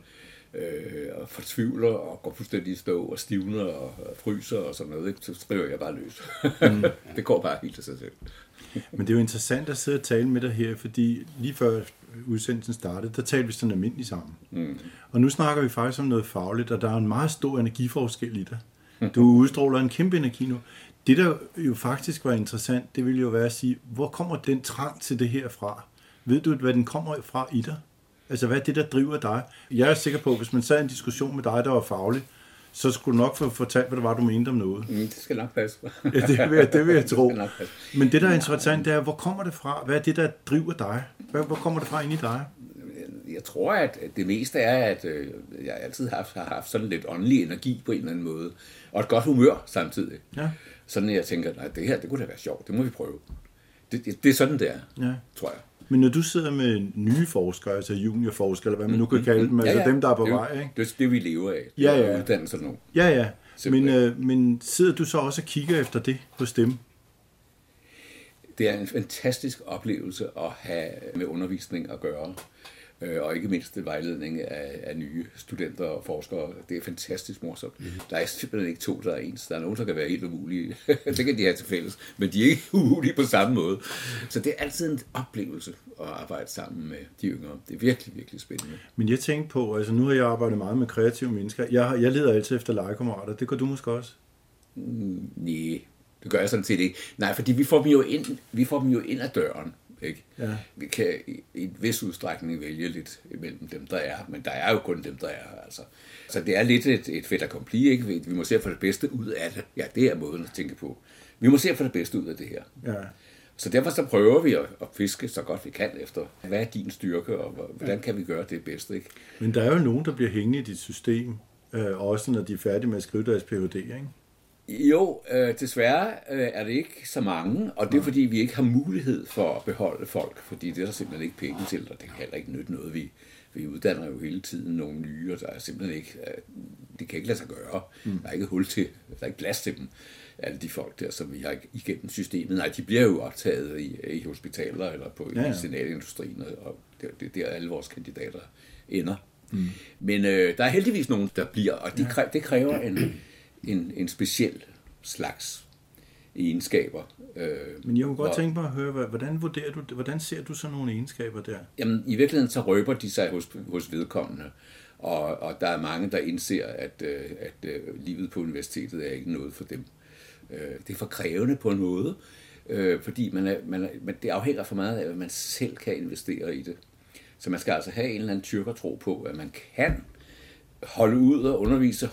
og fortvivler og går fuldstændig i stå og stivner og fryser og sådan noget, ikke? Så skriver jeg bare løs. Det går bare helt til sig selv.
Men det er jo interessant at sidde og tale med dig her, fordi lige før udsendelsen startede, der talte vi sådan almindeligt sammen. Og nu snakker vi faktisk om noget fagligt, og der er en meget stor energiforskel i dig. Du udstråler en kæmpe energi nu. Det, der jo faktisk var interessant, det ville jo være at sige, hvor kommer den trang til det her fra? Ved du, hvad den kommer fra i dig? Altså, hvad er det, der driver dig? Jeg er sikker på, at hvis man sad en diskussion med dig, der var faglig, så skulle du nok få fortalt, hvad det var, du mente om noget.
Det skal nok passe.
Ja, det vil jeg tro. Men det, der er interessant, det er, hvor kommer det fra? Hvad er det, der driver dig? Hvor kommer det fra ind i dig?
Jeg tror, at det meste er, at jeg altid har haft sådan lidt åndelig energi på en eller anden måde. Og et godt humør samtidig. Ja. Sådan at jeg tænker, nej, det her, det kunne da være sjovt. Det må vi prøve. Det er sådan, det er, tror jeg.
Men når du sidder med nye forskere, altså juniorforskere, eller hvad man nu kan kalde dem, altså dem, der er på vej, ikke?
Det er det, vi lever af.
Ja.
Uddannelser nu.
Ja. Men sidder du så også og kigger efter det hos dem?
Det er en fantastisk oplevelse at have med undervisning at gøre. Og ikke mindst vejledning af nye studenter og forskere. Det er fantastisk morsomt. Der er simpelthen ikke to, der er ens. Der er nogen, der kan være helt umulige. Det kan de have til fælles, men de er ikke umulige på samme måde. Så det er altid en oplevelse at arbejde sammen med de yngre. Det er virkelig, virkelig spændende.
Men jeg tænkte på, altså nu har jeg arbejdet meget med kreative mennesker. Jeg leder altid efter legekammerater. Det gør du måske også?
Nej, det gør jeg sådan set ikke. Nej, fordi vi får dem jo ind ad døren. Ikke? Ja. Vi kan i en vis udstrækning vælge lidt imellem dem, der er, men der er jo kun dem, der er. Altså. Så det er lidt et fait accompli, ikke? Vi må se at få det bedste ud af det. Ja, det er måden at tænke på. Vi må se at få det bedste ud af det her. Ja. Så derfor så prøver vi at fiske så godt vi kan efter, hvad er din styrke, og hvordan kan vi gøre det bedste. Ikke?
Men der er jo nogen, der bliver hængende i dit system, også når de er færdige med at skrive deres Ph.D., ikke?
Jo, desværre er det ikke så mange, og det er fordi, vi ikke har mulighed for at beholde folk, fordi det er der simpelthen ikke penge til, og det kan heller ikke nytte noget. Vi uddanner jo hele tiden nogle nye, og der er simpelthen ikke, det kan ikke lade sig gøre. Der er ikke hul til, der er ikke plads til dem, alle de folk der, som vi har igennem systemet. Nej, de bliver jo optaget i hospitaler eller på medicinalindustrien, og det er der alle vores kandidater ender. Men der er heldigvis nogen, der bliver, og det kræver en speciel slags egenskaber.
Men jeg kunne godt tænke mig at høre, hvordan ser du sådan nogle egenskaber der?
Jamen, i virkeligheden så røber de sig hos vedkommende, og der er mange, der indser, at livet på universitetet er ikke noget for dem. Det er for krævende på en måde, fordi det afhænger for meget af, at man selv kan investere i det. Så man skal altså have en eller anden tyrkertro på, at man kan holde ud og undervise,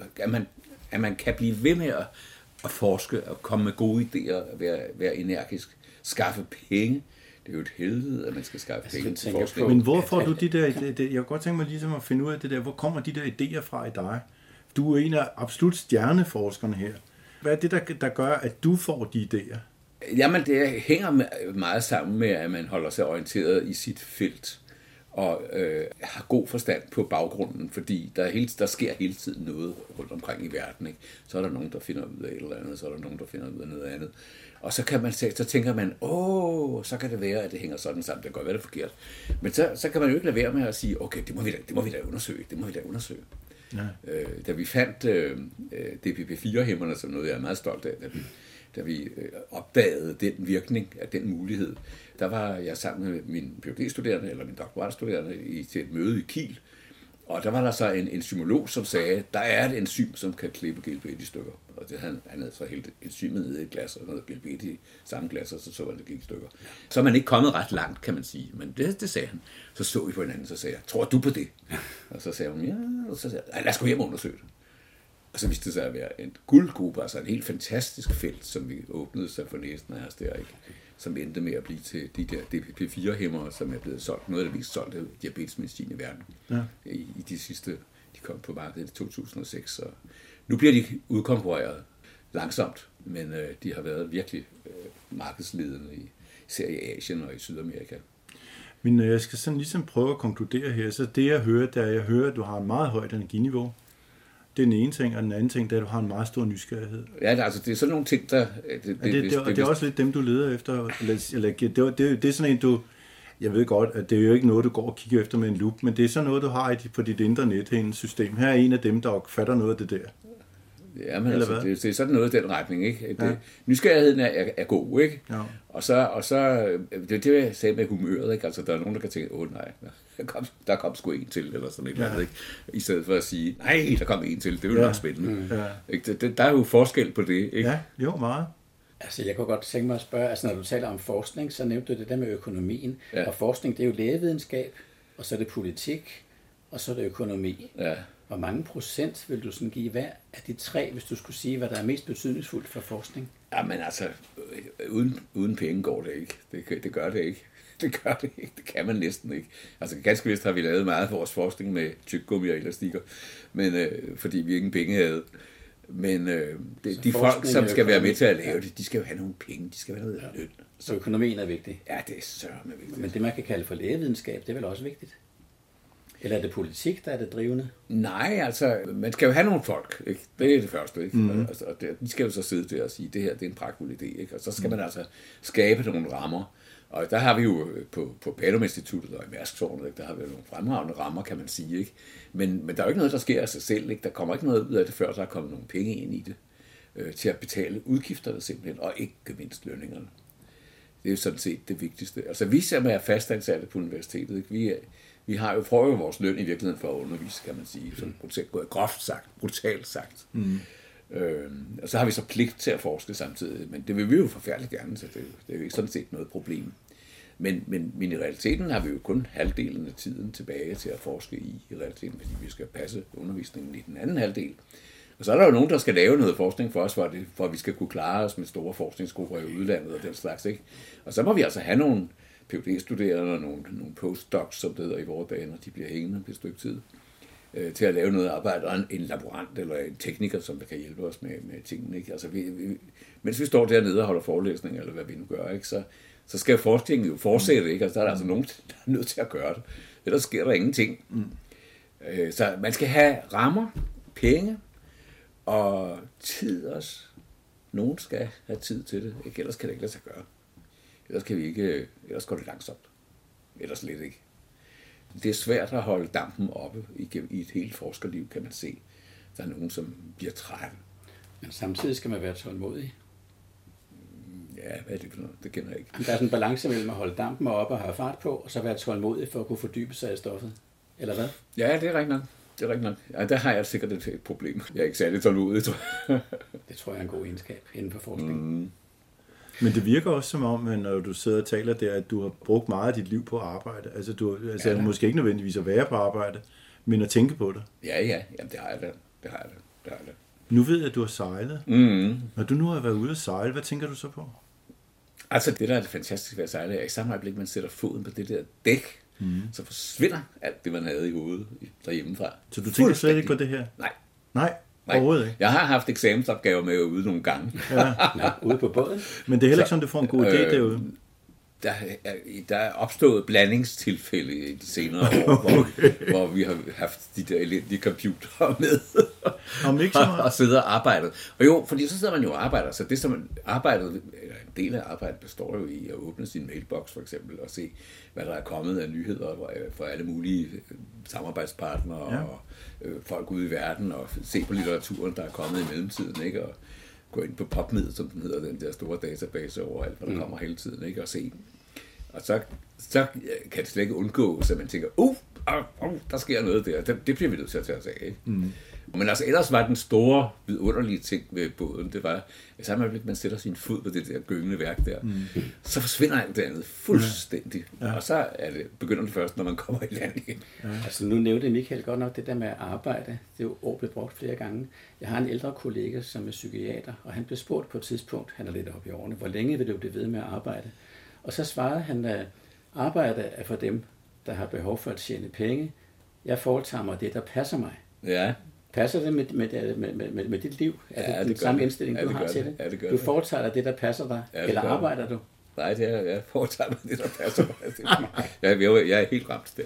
at man kan blive ved med at forske og komme med gode idéer, være energisk, skaffe penge. Det er jo et helvede, at man skal skaffe penge til forskning.
Men hvor får du de der idéer? Jeg kunne godt tænke mig ligesom at finde ud af det der. Hvor kommer de der idéer fra i dig? Du er en af absolut stjerneforskerne her. Hvad er det, der gør, at du får de idéer?
Jamen, det hænger meget sammen med, at man holder sig orienteret i sit felt og har god forstand på baggrunden, fordi der sker hele tiden noget rundt omkring i verden. Ikke? Så er der nogen, der finder ud af et eller andet, så er der nogen, der finder ud af noget andet. Og så tænker man, så kan det være, at det hænger sådan sammen. Det kan godt være, det er forkert. Men så kan man jo ikke lade være med at sige, okay, det må vi da undersøge. Ja. Da vi fandt DPP4-hæmmerne, som noget, jeg er meget stolt af, da vi opdagede den virkning af den mulighed, der var jeg sammen med min Ph.D.-studerende, eller min doktoratstuderende, til et møde i Kiel, og der var der så en enzymolog, som sagde, der er et enzym, som kan klippe GLP-1 i stykker. Og han havde så hældt enzymet ned i et glas, og noget GLP-1 i samme glas, og så han, det gik i stykker. Så er man ikke kommet ret langt, kan man sige, men det sagde han. Så så vi på hinanden, så sagde jeg, tror du på det? Og så sagde hun, ja, og så sagde jeg, lad os gå hjem og undersøge det. Og så viste det sig at være en guldgruppe, altså en helt fantastisk felt, som vi åbnede sig for næsten af os der, ikke? Som endte med at blive til de der DPP4-hæmmere, som er blevet solgt. Noget af det mest solgte diabetesmedicin i verden. Ja. I de sidste, de kom på markedet i 2006. Så nu bliver de udkonkurreret langsomt, men de har været virkelig markedsledende, især i Asien og i Sydamerika.
Men når jeg skal sådan ligesom prøve at konkludere her, så det jeg hører, at du har en meget højt energiniveau. Det er den ene ting, og den anden ting, det er, at du har en meget stor nysgerrighed.
Ja, altså det er sådan nogle ting, der...
Det er også lidt dem, du leder efter. Det er sådan en, du... Jeg ved godt, at det er jo ikke noget, du går og kigger efter med en lup, men det er sådan noget, du har på dit indre system. Her er en af dem, der fatter noget af det der.
Ja, men altså, det er sådan noget i den retning, ikke? Nysgerrigheden er god, ikke? Ja. Og så det er det, jeg sagde med humøret, ikke? Altså, der er nogen, der kan tænke, nej, der kom sgu en til, eller sådan et eller andet, ikke? I stedet for at sige, nej, der kom en til, det er jo nok spændende. Ja. Der er jo forskel på det, ikke?
Ja, jo, meget.
Altså, jeg kunne godt tænke mig at spørge, altså når du taler om forskning, så nævnte du det der med økonomien, og forskning, det er jo lægevidenskab, og så er det politik, og så er det økonomi. Ja. Hvor mange procent vil du sådan give hver af de tre, hvis du skulle sige, hvad der er mest betydningsfuldt for forskning?
Jamen altså, uden penge går det ikke. Det gør det ikke. Det kan man næsten ikke. Altså ganske vist har vi lavet meget af vores forskning med tyggegummi og elastikker, men fordi vi ikke penge havde. Men de folk, som skal være med til at lave det, de skal jo have nogle penge, de skal have noget løn.
Så økonomien er vigtig.
Ja, det er sørme vigtigt.
Men det, man kan kalde for lægevidenskab, det er vel også vigtigt? Eller er det politik, der er det drivende?
Nej, altså, man skal jo have nogle folk, ikke? Det er det første, ikke? Altså, og de skal jo så sidde der og sige, det her det er en pragtfuld idé, ikke? Og så skal man altså skabe nogle rammer. Og der har vi jo på Panum-instituttet og i Mærsk-tårnet, der har vi jo nogle fremragende rammer, kan man sige, ikke? Men der er jo ikke noget, der sker af sig selv, ikke? Der kommer ikke noget ud af det, før der er kommet nogle penge ind i det, til at betale udgifterne simpelthen, og ikke mindst lønningerne. Det er jo sådan set det vigtigste. Altså, vi som er fastansatte på universitetet, ikke? Vi har jo prøvet vores løn i virkeligheden for at undervise, kan man sige, sådan brutalt sagt. Og så har vi så pligt til at forske samtidig, men det vil vi jo forfærdeligt gerne, så det er jo ikke sådan set noget problem. Men i realiteten har vi jo kun halvdelen af tiden tilbage til at forske i realiteten, fordi vi skal passe undervisningen i den anden halvdel. Og så er der jo nogen, der skal lave noget forskning for os, for at vi skal kunne klare os med store forskningsgrupper i udlandet og den slags, ikke? Og så må vi altså have nogle PhD-studerende og nogle postdocs, som det hedder i vores dage, når de bliver hængende på et stykke tid, til at lave noget arbejde, og en laborant eller en tekniker, som der kan hjælpe os med tingene, ikke? Altså, mens vi står dernede og holder forelæsning, eller hvad vi nu gør, ikke? Så skal forskningen jo fortsætte, ikke? Og så er der altså nogen, der er nødt til at gøre det. Ellers sker der ingenting. Så man skal have rammer, penge og tid også. Nogen skal have tid til det, ikke? Ellers kan det ikke lade sig gøre. Ellers går det langsomt. Ellers slet ikke. Det er svært at holde dampen oppe i et helt forskerliv, kan man se. Der er nogen, som bliver trætte.
Men samtidig skal man være tålmodig.
Ja, hvad er det for noget? Det kender jeg ikke.
Der er sådan en balance mellem at holde dampen oppe og have fart på, og så være tålmodig for at kunne fordybe sig i stoffet. Eller hvad?
Ja, det er rigtigt nok. Ja, der har jeg sikkert et problem. Jeg er ikke særlig tålmodig, tror jeg.
Det tror jeg er en god egenskab inden for forskning.
Men det virker også som om, når du sidder og taler der, at du har brugt meget af dit liv på at arbejde. Altså, måske ikke nødvendigvis at være på arbejde, men at tænke på det.
Ja. Jamen, det har jeg da.
Nu ved jeg, at du har sejlet. Når du nu har været ude at sejle, hvad tænker du så på?
Altså, det der er det fantastiske ved at sejle, er i samme øjeblik, man sætter foden på det der dæk, så forsvinder alt det, man havde i hovedet derhjemmefra.
Så du tænker slet ikke på det her? Nej. Overhovedet ikke.
Jeg har haft eksamensopgaver med ude nogle gange.
Ja.
Ude på båden?
Men det er heller ikke sådan, du får en god idé derude.
Der er opstået blandingstilfælde i de senere år, hvor vi har haft de der elendige computere med og sidder og arbejder. Og jo, fordi så sidder man jo og arbejder, så det som arbejdet, eller en del af arbejdet består jo i at åbne sin mailbox for eksempel, og se, hvad der er kommet af nyheder fra alle mulige samarbejdspartnere og folk ude i verden, og se på litteraturen, der er kommet i mellemtiden, ikke? Og gå ind på PubMed, som den hedder, den der store database over alt, hvad der kommer hele tiden, ikke? Og se. Og så kan det slet ikke undgå, så man tænker, der sker noget der. Det bliver vi nødt til at tage os af, ikke? Men altså, ellers var den store, vidunderlige ting ved båden, det var, at samme øjeblik, man sætter sin fod på det der gyngende værk der, så forsvinder alt det andet fuldstændig. Ja. Og så begynder det først, når man kommer i land igen.
Ja. Altså, nu nævnte Michael godt nok det der med at arbejde. Det er jo ord blevet brugt flere gange. Jeg har en ældre kollega, som er psykiater, og han blev spurgt på et tidspunkt, han er lidt oppe i årene, hvor længe vil du blive ved med at arbejde? Og så svarede han, at arbejde er for dem, der har behov for at tjene penge. Jeg foretager mig det, der passer mig.
Ja.
Passer det med dit liv? Er det den samme indstilling, du har til det?
Ja, det gør
du foretager dig det, der passer dig, eller arbejder du?
Nej, jeg foretager mig det, der passer mig. Jeg er helt ramt der.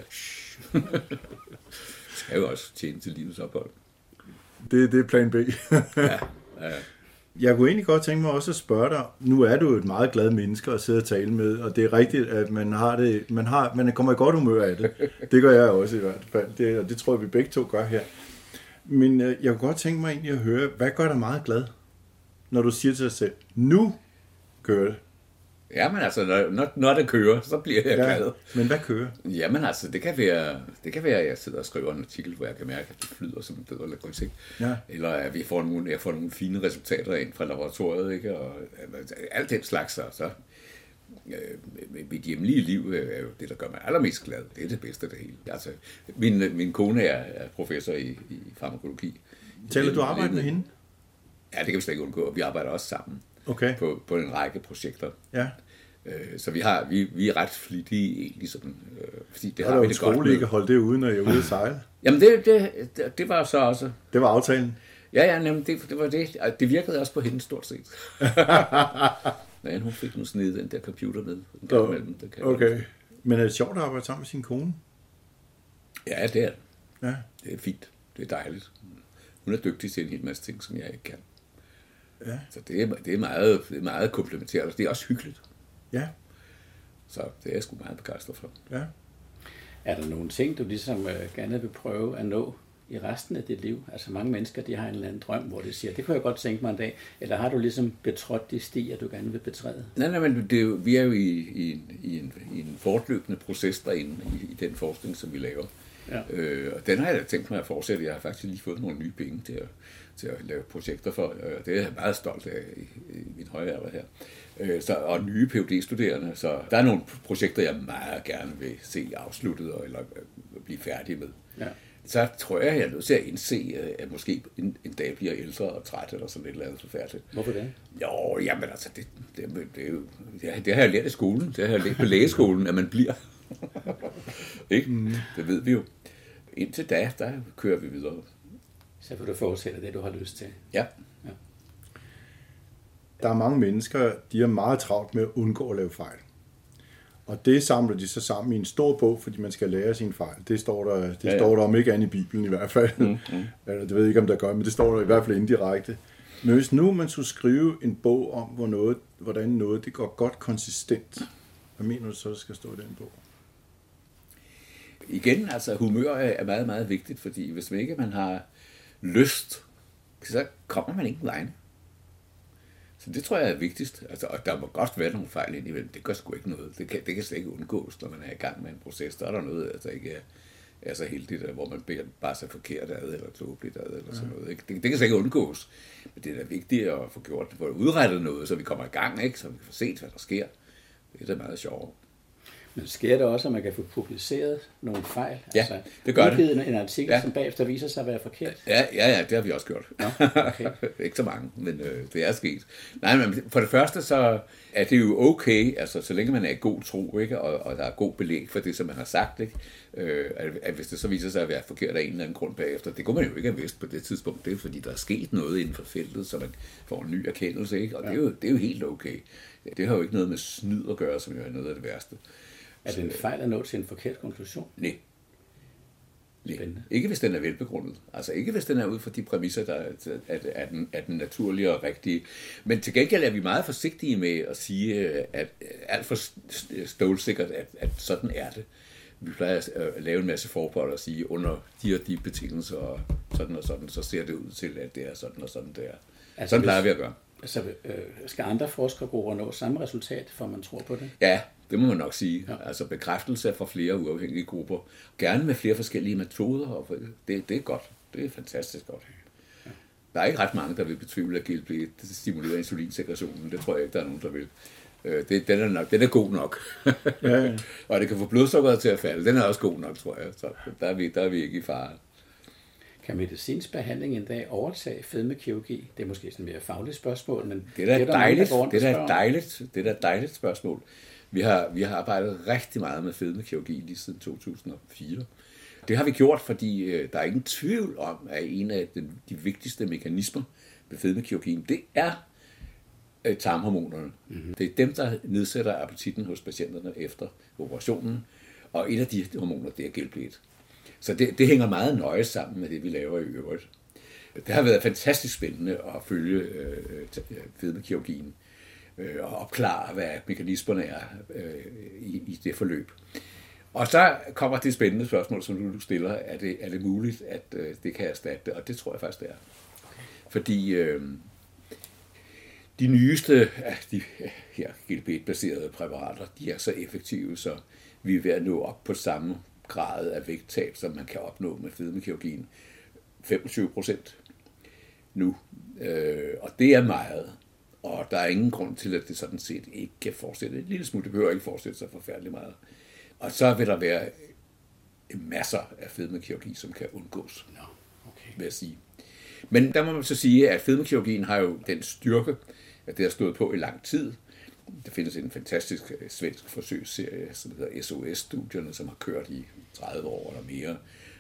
Skal jo også tjene til livets ophold.
Det er plan B.
Ja.
Jeg kunne egentlig godt tænke mig også at spørge dig, nu er du et meget glad menneske at sidde og tale med, og det er rigtigt, at man kommer i godt humør af det. Det gør jeg også i hvert fald, og det tror jeg, vi begge to gør her. Men jeg kunne godt tænke mig egentlig at høre, hvad gør dig meget glad, når du siger til dig selv, nu kører det?
Jamen altså, når det kører, så bliver jeg glad.
Men hvad kører?
Jamen altså, det kan være, at jeg sidder og skriver en artikel, hvor jeg kan mærke, at det flyder som en død eller grøs, ikke? Ja. Eller at jeg får nogle fine resultater ind fra laboratoriet, ikke? Og alt den slags, så mit hjemlige liv er jo det, der gør mig allermest glad. Det er det bedste af det hele. Altså, min kone er professor i farmakologi.
Taler du arbejder med hende?
Ja, det kan vi slet ikke undgå. Vi arbejder også sammen på en række projekter. Ja. Så vi er ret flittige egentlig sådan, fordi det har vi det godt med.
Skole ikke holde det ude, når jeg er ude at sejle?
Jamen det var så også.
Det var aftalen.
Ja, nemlig, det var det. Det virkede også på hende stort set. Men hun fik nu snedet den der computer med.
Okay. Men er det sjovt at arbejde sammen med sin kone?
Ja, det er det.
Ja.
Det er fint. Det er dejligt. Hun er dygtig til en hel masse ting, som jeg ikke kan.
Ja.
Så det er meget komplementært, og det er også hyggeligt.
Ja.
Så det er jeg sgu meget begejstret for.
Ja.
Er der nogle ting, du ligesom gerne vil prøve at nå i resten af dit liv? Altså mange mennesker, de har en eller anden drøm, hvor de siger, det kunne jeg godt tænke mig en dag. Eller har du ligesom betrådt de stier, du gerne vil betræde?
Nej, men vi er jo i en fortløbende proces derinde i den forskning, som vi laver. Ja. Og den har jeg da tænkt mig at fortsætte. Jeg har faktisk lige fået nogle nye penge til at lave projekter for. Det er jeg meget stolt af i min høje alder her. Og nye PhD-studerende. Så der er nogle projekter, jeg meget gerne vil se afsluttet eller blive færdig med. Ja. Så tror jeg er nødt til at indse, at måske en dag bliver ældre og træt eller sådan et eller andet forfærdeligt.
Hvorfor det?
Jo, jamen altså, det har jeg lært i skolen. Det har jeg lært på lægeskolen, at man bliver. Ikke? Mm. Det ved vi jo. Indtil da, der kører vi videre.
Så vil du fortsætte det, du har lyst til.
Ja.
Der er mange mennesker, de er meget travlt med at undgå at lave fejl. Og det samler de så sammen i en stor bog, fordi man skal lære sine fejl. Det står der om ikke andet i Bibelen i hvert fald. Eller det ved jeg ikke, om der gør, men det står der i hvert fald indirekte. Men hvis nu man skulle skrive en bog om, hvordan noget det går godt konsistent, hvad mener du så, der skal stå i den bog?
Igen, altså humør er meget, meget vigtigt, fordi hvis man ikke har lyst, så kommer man ikke vejen. Så det tror jeg er vigtigst. Altså, og der må godt være nogle fejl indimellem. Det gør sgu ikke noget. Det kan slet ikke undgås, når man er i gang med en proces. Der er der noget, altså ikke er så heldigt, hvor man bare så forkert ad, eller tåbeligt ad, eller sådan noget. Ikke? Det kan slet ikke undgås. Men det er da vigtigt at få gjort, få udrettet noget, så vi kommer i gang, ikke? Så vi kan få set, hvad der sker. Det er da meget sjovt.
Men sker det også, at man kan få publiceret nogle fejl?
Ja, altså, det gør det.
En artikel, som bagefter viser sig at være forkert?
Ja, det har vi også gjort. Okay. Ikke så mange, men det er sket. Nej, men for det første så er det jo okay, altså så længe man er i god tro, ikke? Og der er god belæg for det, som man har sagt, ikke? At hvis det så viser sig at være forkert af en eller anden grund bagefter, det kunne man jo ikke have vidst på det tidspunkt. Det er fordi, der er sket noget inden for feltet, så man får en ny erkendelse, ikke? Og det er jo helt okay. Det har jo ikke noget med snyd at gøre, som jo er noget af det værste.
Er det en fejl at nå til en forkert konklusion?
Nej. Ikke hvis den er velbegrundet. Altså ikke hvis den er ud fra de præmisser, der er den naturlige og rigtige. Men til gengæld er vi meget forsigtige med at sige, at alt for stålsikkert, at sådan er det. Vi plejer at lave en masse forbehold og sige, under de og de betingelser og sådan, så ser det ud til, at det er sådan og sådan, det er. Altså, sådan plejer vi at gøre.
Altså, skal andre forskergrupper nå samme resultat, for man tror på det?
Ja, det må man nok sige. Ja. Altså bekræftelse fra flere uafhængige grupper. Gerne med flere forskellige metoder. Og det er godt. Det er fantastisk godt. Ja. Der er ikke ret mange, der vil betvivle, at GLP stimulerer insulinsekretionen. Det tror jeg ikke, der er nogen, der vil. Den er god nok. Ja. Og det kan få blodsukkeret til at falde. Den er også god nok, tror jeg. Så der er vi ikke i fare.
Kan medicinsk behandling en dag overtage fedmekirurgi? Det er måske sådan et mere fagligt spørgsmål, men
det er da et dejligt spørgsmål. Vi har arbejdet rigtig meget med fedmekirurgi lige siden 2004. Det har vi gjort, fordi der er ingen tvivl om, at en af de vigtigste mekanismer ved fedmekirurgien, det er tarmhormonerne. Mm-hmm. Det er dem, der nedsætter appetitten hos patienterne efter operationen, og et af de hormoner, det er GLP-1. Så det hænger meget nøje sammen med det, vi laver i øvrigt. Det har været fantastisk spændende at følge fedmekirurgien og opklare, hvad mekanismerne er i det forløb. Og så kommer det spændende spørgsmål, som du stiller. Er det muligt, at det kan erstatte det? Og det tror jeg faktisk, det er. Okay. Fordi de nyeste af de her GLP-1-baserede præparater, de er så effektive, så vi er ved at nå op på samme grad af vægttab, som man kan opnå med fedmekirurgien. 25% nu. Og det er meget. Og der er ingen grund til, at det sådan set ikke kan fortsætte. En lille smule, det behøver ikke fortsætte sig forfærdeligt meget. Og så vil der være masser af fedmekirurgi, som kan undgås, vil jeg sige. Men der må man så sige, at fedmekirurgien har jo den styrke, at det har stået på i lang tid. Der findes en fantastisk svensk forsøgsserie, som hedder SOS-studierne, som har kørt i 30 år eller mere.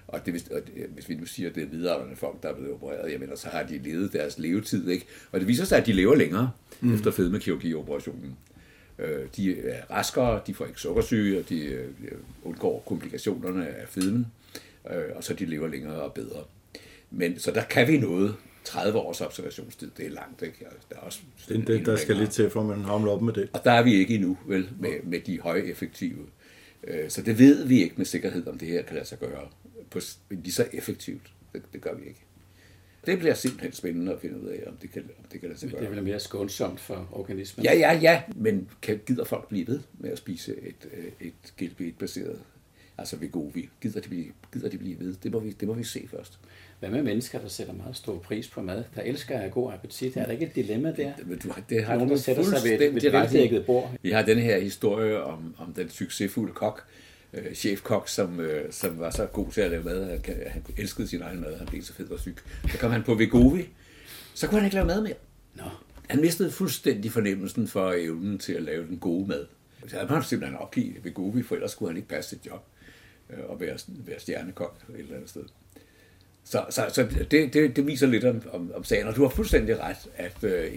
Og hvis vi nu siger, at det er midaldrende folk, der er blevet opereret, jamen, så har de levet deres levetid, ikke? Og det viser sig, at de lever længere efter fedmekirurgioperationen. De er raskere, de får ikke sukkersyge, og de undgår komplikationerne af fedmen, og så de lever længere og bedre. Men så der kan vi noget. 30 års observationstid, det er langt, ikke? Der er også
der skal lidt til, for man hamler op med det.
Og der er vi ikke endnu, vel, med de højeffektive. Så det ved vi ikke med sikkerhed, om det her kan lade sig gøre lige så effektivt. Det gør vi ikke. Det bliver simpelthen spændende at finde ud af, om det kan lade sig gøre.
Det er vel mere skånsomt for organismen.
Ja, men gider folk blive ved med at spise et GLP-1-baseret, altså Wegovy? Gider de blive ved? Det må vi se først.
Hvad med mennesker, der sætter meget stor pris på mad, der elsker at have god appetit? Er der ikke et dilemma der?
Det har
nogen, der sætter sig ved et veldækket bord.
Vi har denne her historie om den succesfulde kok, chefkok, som var så god til at lave mad. Han elskede sin egen mad, han blev så fed og syg. Så kom han på Wegovy, så kunne han ikke lave mad mere.
Nå.
Han mistede fuldstændig fornemmelsen for evnen til at lave den gode mad. Så havde man simpelthen opgivet Wegovy, for ellers skulle han ikke passe sit job og være stjernekok et eller andet sted. Så det viser lidt om sagen, og du har fuldstændig ret, at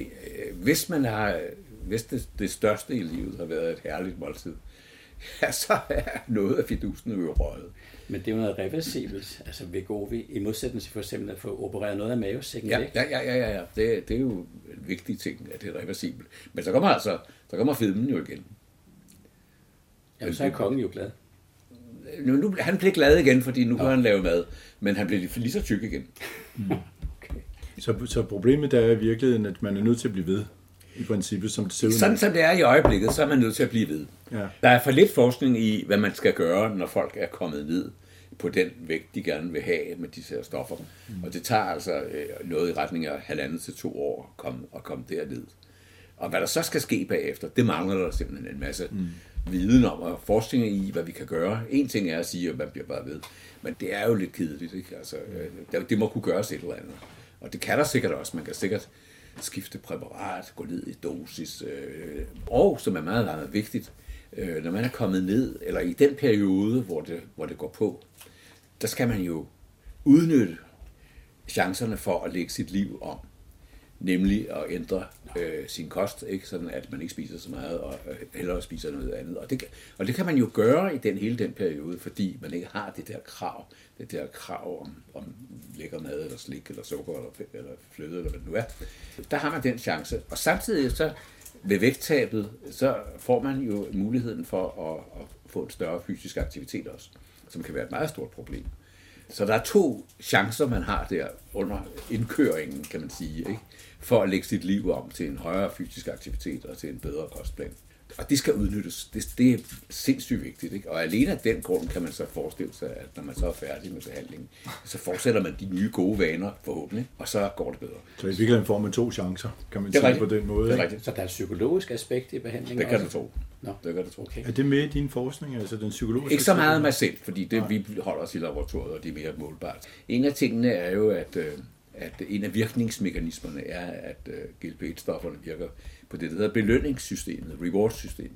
hvis det største i livet har været et herligt måltid, ja, så er noget af fidusen jo røget.
Men det er jo noget reversibelt, altså Wegovy, i modsætning til for eksempel at få opereret noget af mavesækken væk.
Ja. Det er jo en vigtig ting, at det er reversibelt. Men så kommer fedmen jo igen.
Jamen, så er kongen jo glad.
Nu, han blev glad igen, fordi nu kan han lave mad, men han blev lige så tyk igen.
Okay.
Så problemet der er i virkeligheden, at man er nødt til at blive ved, i princippet, som det ser ud.
Sådan som det er i øjeblikket, så er man nødt til at blive ved.
Ja.
Der er for lidt forskning i, hvad man skal gøre, når folk er kommet ned på den vægt, de gerne vil have med disse her stoffer. Og det tager altså noget i retning af 1,5 til 2 år at komme derned. Og hvad der så skal ske bagefter, det mangler der simpelthen en masse viden om, og forskning i, hvad vi kan gøre. En ting er at sige, at man bliver bare ved, men det er jo lidt kedeligt, ikke? Altså, det må kunne gøres et eller andet. Og det kan der sikkert også. Man kan sikkert skifte præparat, gå ned i dosis, og som er meget, meget vigtigt, når man er kommet ned, eller i den periode, hvor det går på, der skal man jo udnytte chancerne for at lægge sit liv om. Nemlig at ændre sin kost, ikke? Sådan at man ikke spiser så meget, og hellere spiser noget andet. Og det kan man jo gøre i hele den periode, fordi man ikke har det der krav om lækker mad, eller slik, eller sukker, eller fløde, eller hvad det nu er. Der har man den chance. Og samtidig så ved vægttabet, så får man jo muligheden for at få en større fysisk aktivitet også, som kan være et meget stort problem. Så der er 2 chancer, man har der under indkøringen, kan man sige, ikke? For at lægge sit liv om til en højere fysisk aktivitet og til en bedre kostplan. Og det skal udnyttes. Det er sindssygt vigtigt, ikke? Og alene af den grund kan man så forestille sig, at når man så er færdig med behandlingen, så fortsætter man de nye gode vaner forhåbentlig, og så går det bedre.
Så i virkeligheden får man 2 chancer, kan man sige på den måde.
Det er rigtigt.
Så der er et psykologisk aspekt i behandlingen.
Det kan du tro.
Nå.
Det kan du tro.
Okay.
Er det med i din forskning, altså den psykologiske?
Ikke så meget mig selv, fordi vi holder os i laboratoriet, og det er mere målbart. En af tingene er jo, at en af virkningsmekanismerne er, at GLP-1-stofferne virker på det, der hedder belønningssystemet, reward-systemet.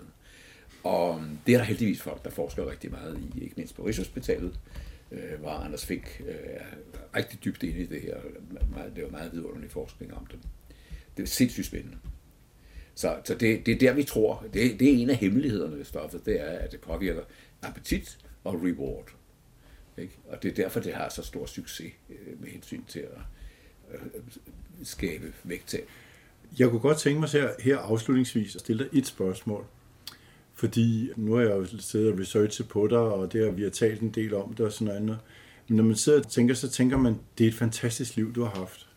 Og det er der heldigvis folk, der forsker rigtig meget i, ikke mindst på Rigshospitalet, hvor Anders Fink er rigtig dybt inde i det her. Det er jo meget vidunderlig forskning om det. Det er sindssygt spændende. Så det er der, vi tror. Det er en af hemmelighederne ved stoffet, det er, at det påvirker appetit og reward. Ikke? Og det er derfor, det har så stor succes med hensyn til at skabe vægttab. Jeg
kunne godt tænke mig her afslutningsvis at stille dig et spørgsmål. Fordi nu har jeg jo siddet og researchet på dig, og det har vi har talt en del om det og sådan noget. Men når man sidder og tænker, så tænker man, det er et fantastisk liv, du har haft.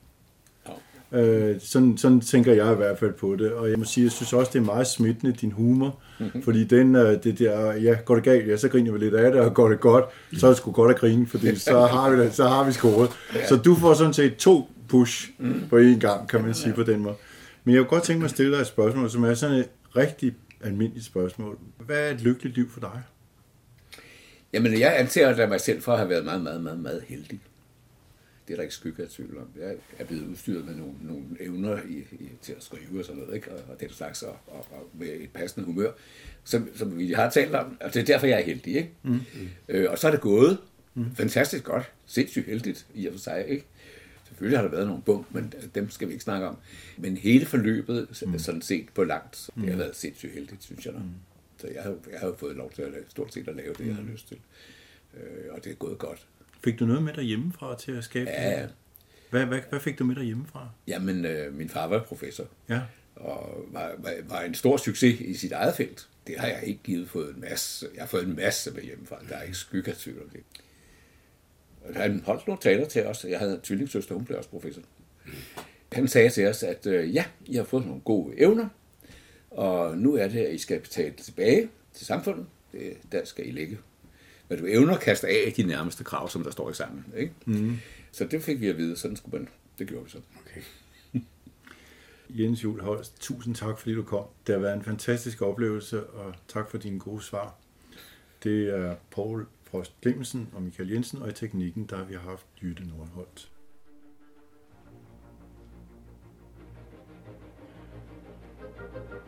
Sådan tænker jeg i hvert fald på det, og jeg må sige, jeg synes også, det er meget smittende, din humor, fordi går det galt, ja, så griner vi lidt af det, og går det godt, så er det sgu godt at grine, fordi så har vi scoret. Så du får sådan set 2 push på én gang, kan man sige på den måde. Men jeg kunne godt tænke mig at stille dig et spørgsmål, som er sådan et rigtig almindeligt spørgsmål. Hvad er et lykkeligt liv for dig?
Jamen, jeg anser da mig selv for at have været meget, meget, meget, meget heldig. Det er der ikke skygge af tvivl om. Jeg er blevet udstyret med nogle evner til at skrive og sådan noget, ikke? Og den slags, og med et passende humør, som vi har talt om. Og det er derfor, jeg er heldig, ikke? Og så er det gået, Fantastisk godt. Sindssygt heldigt i og for sig, ikke? Selvfølgelig har der været nogle bump, men dem skal vi ikke snakke om. Men hele forløbet, sådan set på langt, det har været sindssygt heldigt, synes jeg. Så jeg har fået lov til stort set at lave det, jeg har lyst til. Og det er gået godt.
Fik du noget med dig hjemmefra til at skabe det? Hvad fik du med dig hjemmefra?
Jamen, min far var professor.
Ja.
Og var en stor succes i sit eget felt. Det har jeg ikke fået en masse. Jeg har fået en masse med hjemmefra. Der er ikke skygge af tvivl om det. Og han holdt nogle taler til os. Jeg havde en tvillingssøster, hun blev også professor. Han sagde til os, at ja, I har fået nogle gode evner, og nu er det, at I skal betale tilbage til samfundet. Der skal I lægge. Hvad du evner, kaster af de nærmeste krav, som der står i sangen. Ikke? Så det fik vi at vide. Sådan skulle man. Det gjorde vi så.
Okay. Jens Juul Holst, tusind tak, fordi du kom. Det har været en fantastisk oplevelse, og tak for dine gode svar. Det er Poul Frost Clemmensen og Michael Jensen, og i teknikken, der har vi haft Jytte Nordholt.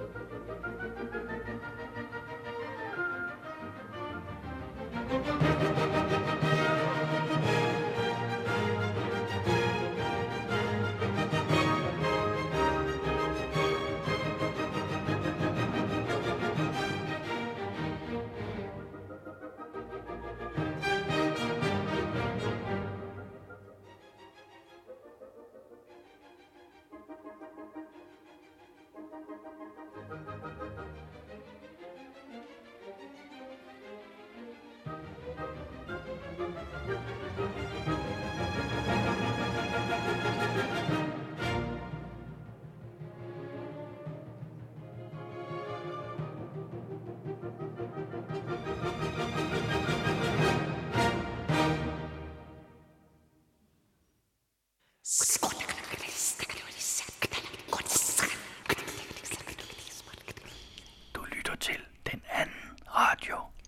Thank you.